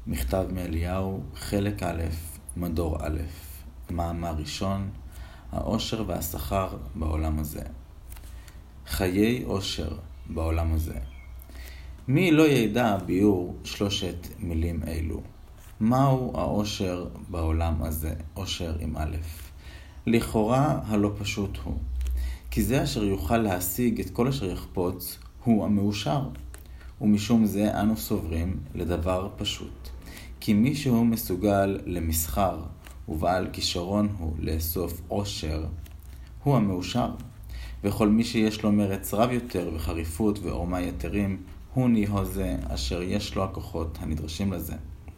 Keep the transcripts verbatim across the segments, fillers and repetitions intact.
מכתב מאליהו, חלק א', מדור א', מאמר ראשון, העושר והשכר בעולם הזה. חיי עושר בעולם הזה. מי לא ידע ביור שלושת מילים אלו? מהו העושר בעולם הזה? עושר עם א'. לכאורה הלא פשוט הוא. כי זה אשר יוכל להשיג את כל אשר יחפוץ הוא המאושר. ומשום זה אנו סוברים לדבר פשוט. כי מי שהוא מסוגל למסחר ובעל כישרון הוא לאסוף עושר, הוא המאושר. וכל מי שיש לו מרץ רב יותר וחריפות ועורמה יתרים, הוא ניהו זה אשר יש לו הכוחות הנדרשים לזה.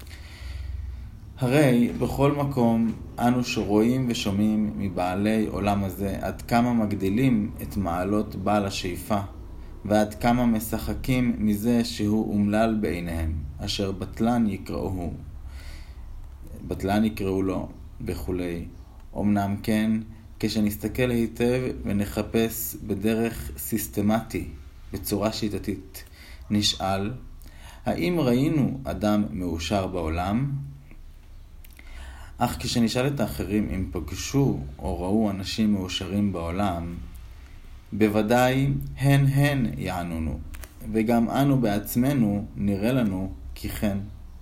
הרי בכל מקום אנו שרואים ושומעים מבעלי עולם הזה עד כמה מגדילים את מעלות בעל השאיפה, ועד כמה משחקים מזה שהוא אומלל בעיניהם, אשר בטלן יקראו, בטלן יקראו לו וכולי. אמנם כן, כשנסתכל היטב ונחפש בדרך סיסטמטי, בצורה שיטתית, נשאל, האם ראינו אדם מאושר בעולם? אך כשנשאל את האחרים אם פגשו או ראו אנשים מאושרים בעולם, בוודאי הן הן יענונו, וגם אנו בעצמנו נראה לנו כי כן.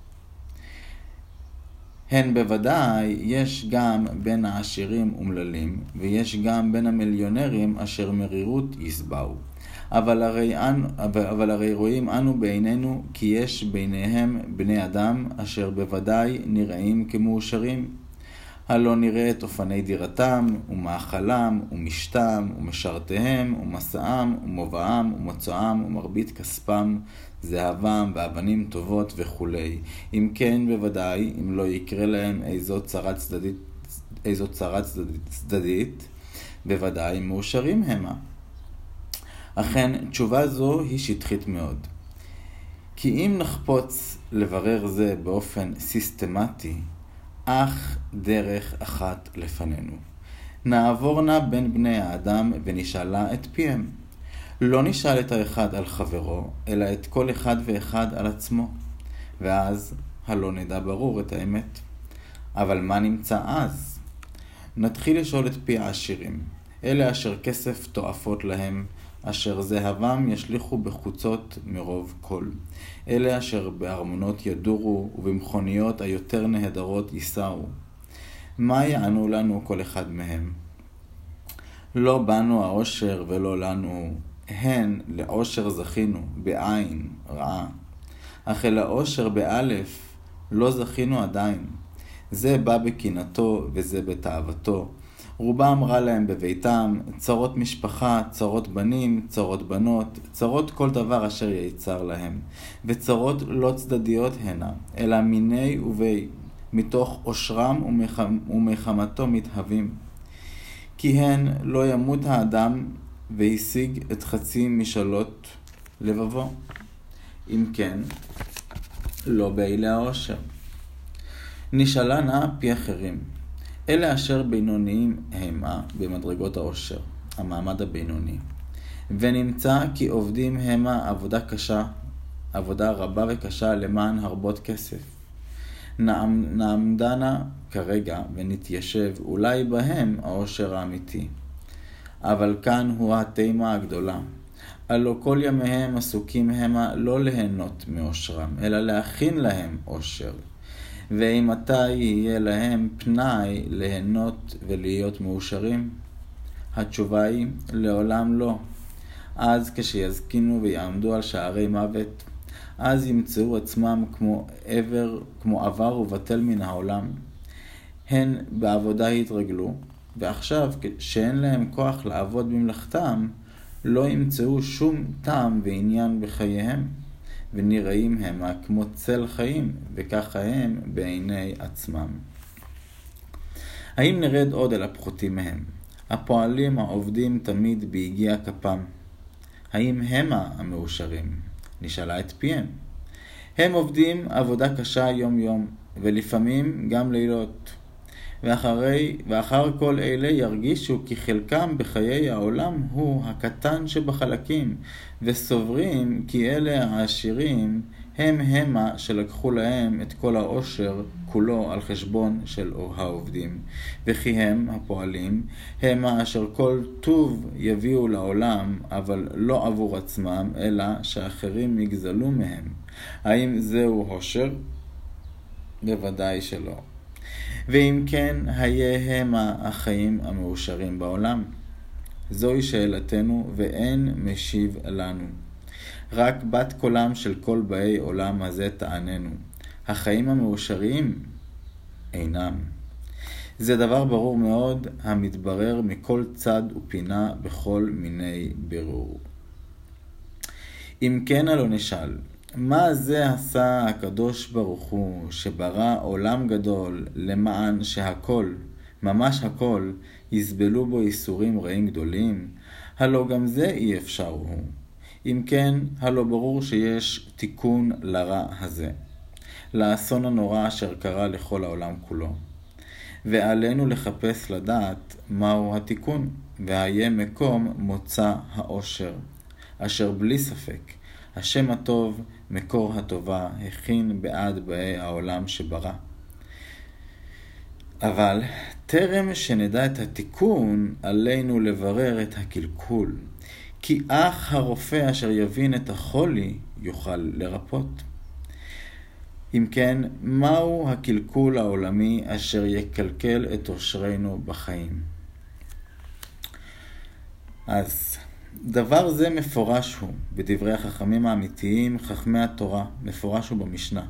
הן בוודאי יש גם בין העשירים אומללים, ויש גם בין המיליונרים אשר מרירות יסבעו. אבל הרי, אבל הרי רואים אנו בעינינו כי יש ביניהם בני אדם אשר בוודאי נראים כמאושרים. הלא נראה את אופני דירתם ומאכלם ומשתם ומשרתיהם ומסעם ומובעם ומוצאם ומרבית כספם, זהבם ואבנים טובות וכו'. אם כן בוודאי, אם לא יקרה להם איזו צרה צדדית, איזו צרה צדדית, צדדית בוודאי מאושרים המה. אכן תשובה זו היא שטחית מאוד. כי אם נחפוץ לברר זה באופן סיסטמטי, אך דרך אחת לפנינו. נעבורנה בין בני האדם ונשאלה את פיהם. לא נשאל את האחד על חברו, אלא את כל אחד ואחד על עצמו. ואז הלא נדע ברור את האמת. אבל מה נמצא אז? נתחיל לשאול את פי העשירים. אלה אשר כסף תועפות להם, אשר זהבם ישליחו בחוצות מרוב קול. אלה אשר בארמונות ידורו ובמכוניות היותר נהדרות ייסעו. מה יענו לנו כל אחד מהם? לא בנו העושר ולא לנו, הן לעושר זכינו, בעין רעה. אך אל העושר באלף לא זכינו עדיין. זה בא בקינתו וזה בתאוותו. רובה אמרה להם בביתם, צרות משפחה, צרות בנים, צרות בנות, צרות כל דבר אשר ייצר להם, וצרות לא צדדיות הנה, אלא מיני ובי, מתוך עושרם ומחמתו מתהווים. כי הן לא ימות האדם והשיג את חצי משאלות לבבו. אם כן, לא בעילי העושר. נשאלה נא פי אחרים. אלה אשר בינוניים המה במדרגות העושר, המעמד הבינוני. ונמצא כי עובדים המה עבודה קשה, עבודה רבה וקשה למען הרבות כסף. נעמדנה כרגע ונתיישב אולי בהם העושר האמיתי. אבל כאן הוא התימה הגדולה. הלא כל ימיהם עסוקים המה לא ליהנות מעושרם, אלא להכין להם עושר. ואם מתי יהיה להם פנאי ליהנות ולהיות מאושרים? התשובה היא, לעולם לא. אז כשיזקינו ויעמדו על שערי מוות, אז ימצאו עצמם כמו עבר, כמו עבר ובטל מן העולם. הן בעבודה התרגלו, ועכשיו שאין להם כוח לעבוד במלאכתם, לא ימצאו שום טעם ועניין בחייהם. ונראים המה כמו צל חיים, וככה הם בעיני עצמם. האם נרד עוד אל הפחותים מהם? הפועלים העובדים תמיד בהגיע כפם. האם המה המאושרים? נשאלה את פיהם. הם עובדים עבודה קשה יום יום, ולפעמים גם לילות. ואחרי, ואחר כל אלה ירגישו כי חלקם בחיי העולם הוא הקטן שבחלקים, וסוברים כי אלה העשירים הם המה שלקחו להם את כל העושר כולו על חשבון של העובדים. וכי הם, הפועלים, המה אשר כל טוב יביאו לעולם, אבל לא עבור עצמם, אלא שאחרים יגזלו מהם. האם זהו עושר? בוודאי שלא. ואם כן, היה המה החיים המאושרים בעולם? זוהי שאלתנו, ואין משיב לנו. רק בת קולם של כל באי עולם הזה תעננו. החיים המאושרים אינם. זה דבר ברור מאוד, המתברר מכל צד ופינה בכל מיני בירור. אם כן הלא נשאל, מה זה עשה הקדוש ברוך הוא שברא עולם גדול למען שהכל, ממש הכל, יסבלו בו איסורים רעים גדולים? הלא גם זה אי אפשר הוא. אם כן, הלא ברור שיש תיקון לרע הזה, לאסון הנורא אשר קרה לכל העולם כולו. ועלינו לחפש לדעת מהו התיקון, והיה מקום מוצא האושר, אשר בלי ספק, השם הטוב, מקור הטובה, הכין בעד באי העולם שברא. אבל טרם שנדע את התיקון, עלינו לברר את הקלקול, כי אך הרופא אשר יבין את החולי יוכל לרפות. אם כן, מהו הקלקול העולמי אשר יקלקל את אושרנו בחיים? אז דבר זה מפורש הוא בדברי החכמים האמיתיים, חכמי התורה, מפורש הוא במשנה.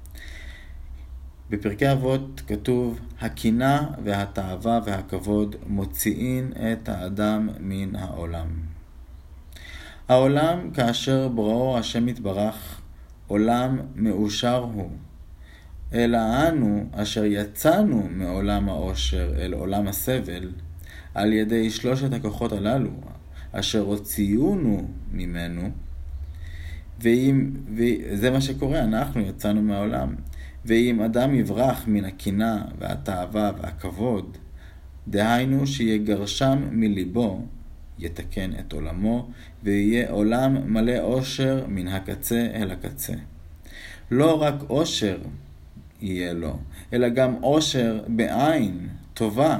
בפרקי אבות כתוב, הקינה והתאווה והכבוד מוציאים את האדם מן העולם. העולם כאשר בראו השם יתברך, עולם מאושר הוא. אלא אנו אשר יצאנו מעולם העושר אל עולם הסבל, על ידי שלושת הכוחות הללו, אשר הוציאונו ממנו, ואם, וזה מה שקורה, אנחנו יצאנו מהעולם. ואם אדם יברח מן הקינה והתאווה והכבוד, דהיינו שיגרשם מליבו, יתקן את עולמו, ויהיה עולם מלא עושר מן הקצה אל הקצה. לא רק עושר יהיה לו, אלא גם עושר בעין, טובה.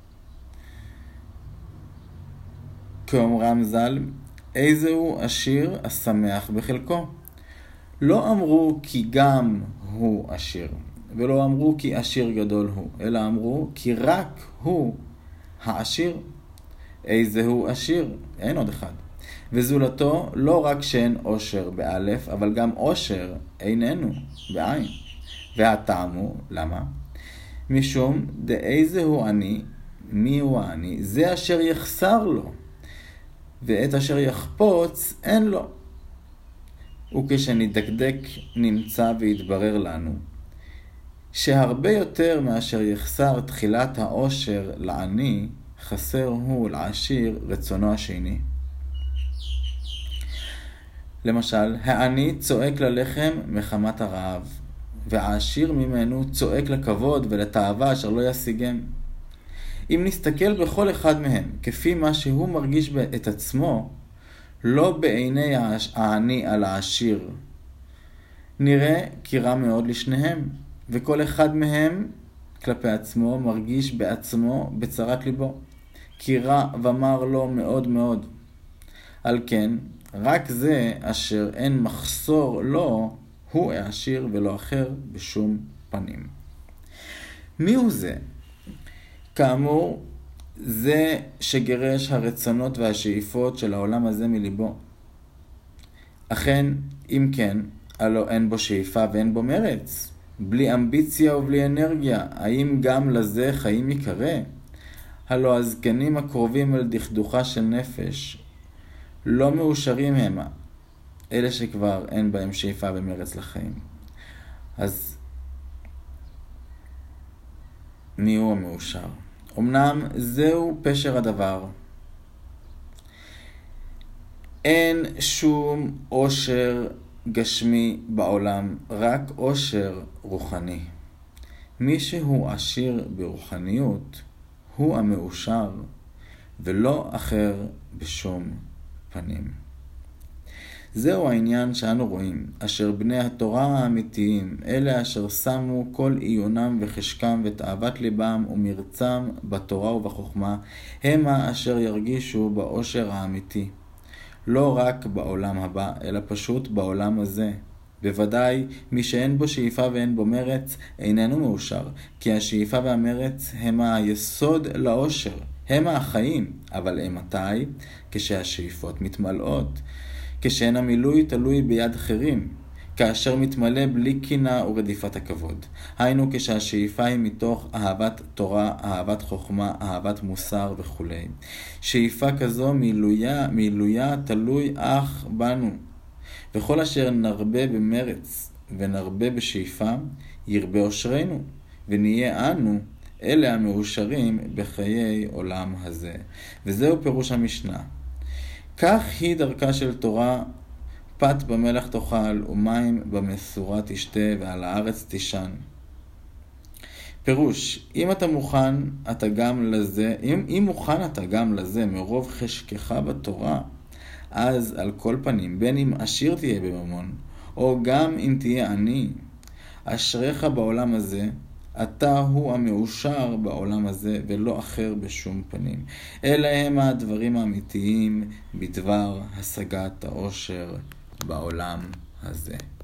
כאומרם ז"ל, איזהו עשיר השמח בחלקו. לא אמרו כי גם הוא עשיר, ולא אמרו כי עשיר גדול הוא, אלא אמרו כי רק הוא העשיר. איזהו עשיר? אין עוד אחד. וזולתו לא רק שאין עושר באלף, אבל גם עושר איננו בעין. והטעמו, למה? משום דאיזהו עני, מי הוא העני? זה אשר יחסר לו, ואת אשר יחפוץ אין לו. וכשנדקדק נמצא ויתברר לנו, שהרבה יותר מאשר יחסר תחילת העושר לעני, חסר הוא לעשיר רצונו השני. למשל, העני צועק ללחם מחמת הרעב, והעשיר ממנו צועק לכבוד ולתאווה אשר לא ישיגם. אם נסתכל בכל אחד מהם כפי מה שהוא מרגיש את עצמו, לא בעיני העני על העשיר, נראה כי רע מאוד לשניהם, וכל אחד מהם כלפי עצמו מרגיש בעצמו בצרת ליבו, כי רע ומר לו מאוד מאוד. על כן, רק זה אשר אין מחסור לו, הוא העשיר ולא אחר בשום פנים. מי הוא זה? כאמור, זה שגרש הרצונות והשאיפות של העולם הזה מליבו. אכן, אם כן, הלא אין בו שאיפה ואין בו מרץ. בלי אמביציה ובלי אנרגיה, האם גם לזה חיים יקרא? הלא הזקנים הקרובים אל דכדוכה של נפש, לא מאושרים המה, אלה שכבר אין בהם שאיפה ומרץ לחיים. אז מי הוא המאושר? אמנם זהו פשר הדבר. אין שום עושר גשמי בעולם, רק עושר רוחני. מי שהוא עשיר ברוחניות הוא המאושר, ולא אחר בשום פנים. זהו העניין שאנו רואים, אשר בני התורה האמיתיים, אלה אשר שמו כל עיונם וחשקם ותאוות ליבם ומרצם בתורה ובחוכמה, המה אשר ירגישו באושר האמיתי. לא רק בעולם הבא, אלא פשוט בעולם הזה. בוודאי, מי שאין בו שאיפה ואין בו מרץ, איננו מאושר, כי השאיפה והמרץ המה היסוד לאושר, המה החיים, אבל הם מתי? כשהשאיפות מתמלאות, כשאין המילוי תלוי ביד אחרים, כאשר מתמלא בלי קינה ורדיפת הכבוד. היינו כשהשאיפה היא מתוך אהבת תורה, אהבת חוכמה, אהבת מוסר וכו'. שאיפה כזו מילויה, מילויה תלוי אך בנו. וכל אשר נרבה במרץ ונרבה בשאיפה, ירבה אושרנו, ונהיה אנו אלה המאושרים בחיי עולם הזה. וזהו פירוש המשנה. כך היא דרכה של תורה, פת במלח תאכל ומים במסורה תשתה ועל הארץ תישן. פירוש, אם אתה מוכן, אתה גם לזה, אם, אם מוכן אתה גם לזה מרוב חשקך בתורה, אז על כל פנים, בין אם עשיר תהיה בממון, או גם אם תהיה עני, אשריך בעולם הזה, אתה הוא המאושר בעולם הזה ולא אחר בשום פנים. אלה הם הדברים האמיתיים בדבר השגת האושר בעולם הזה.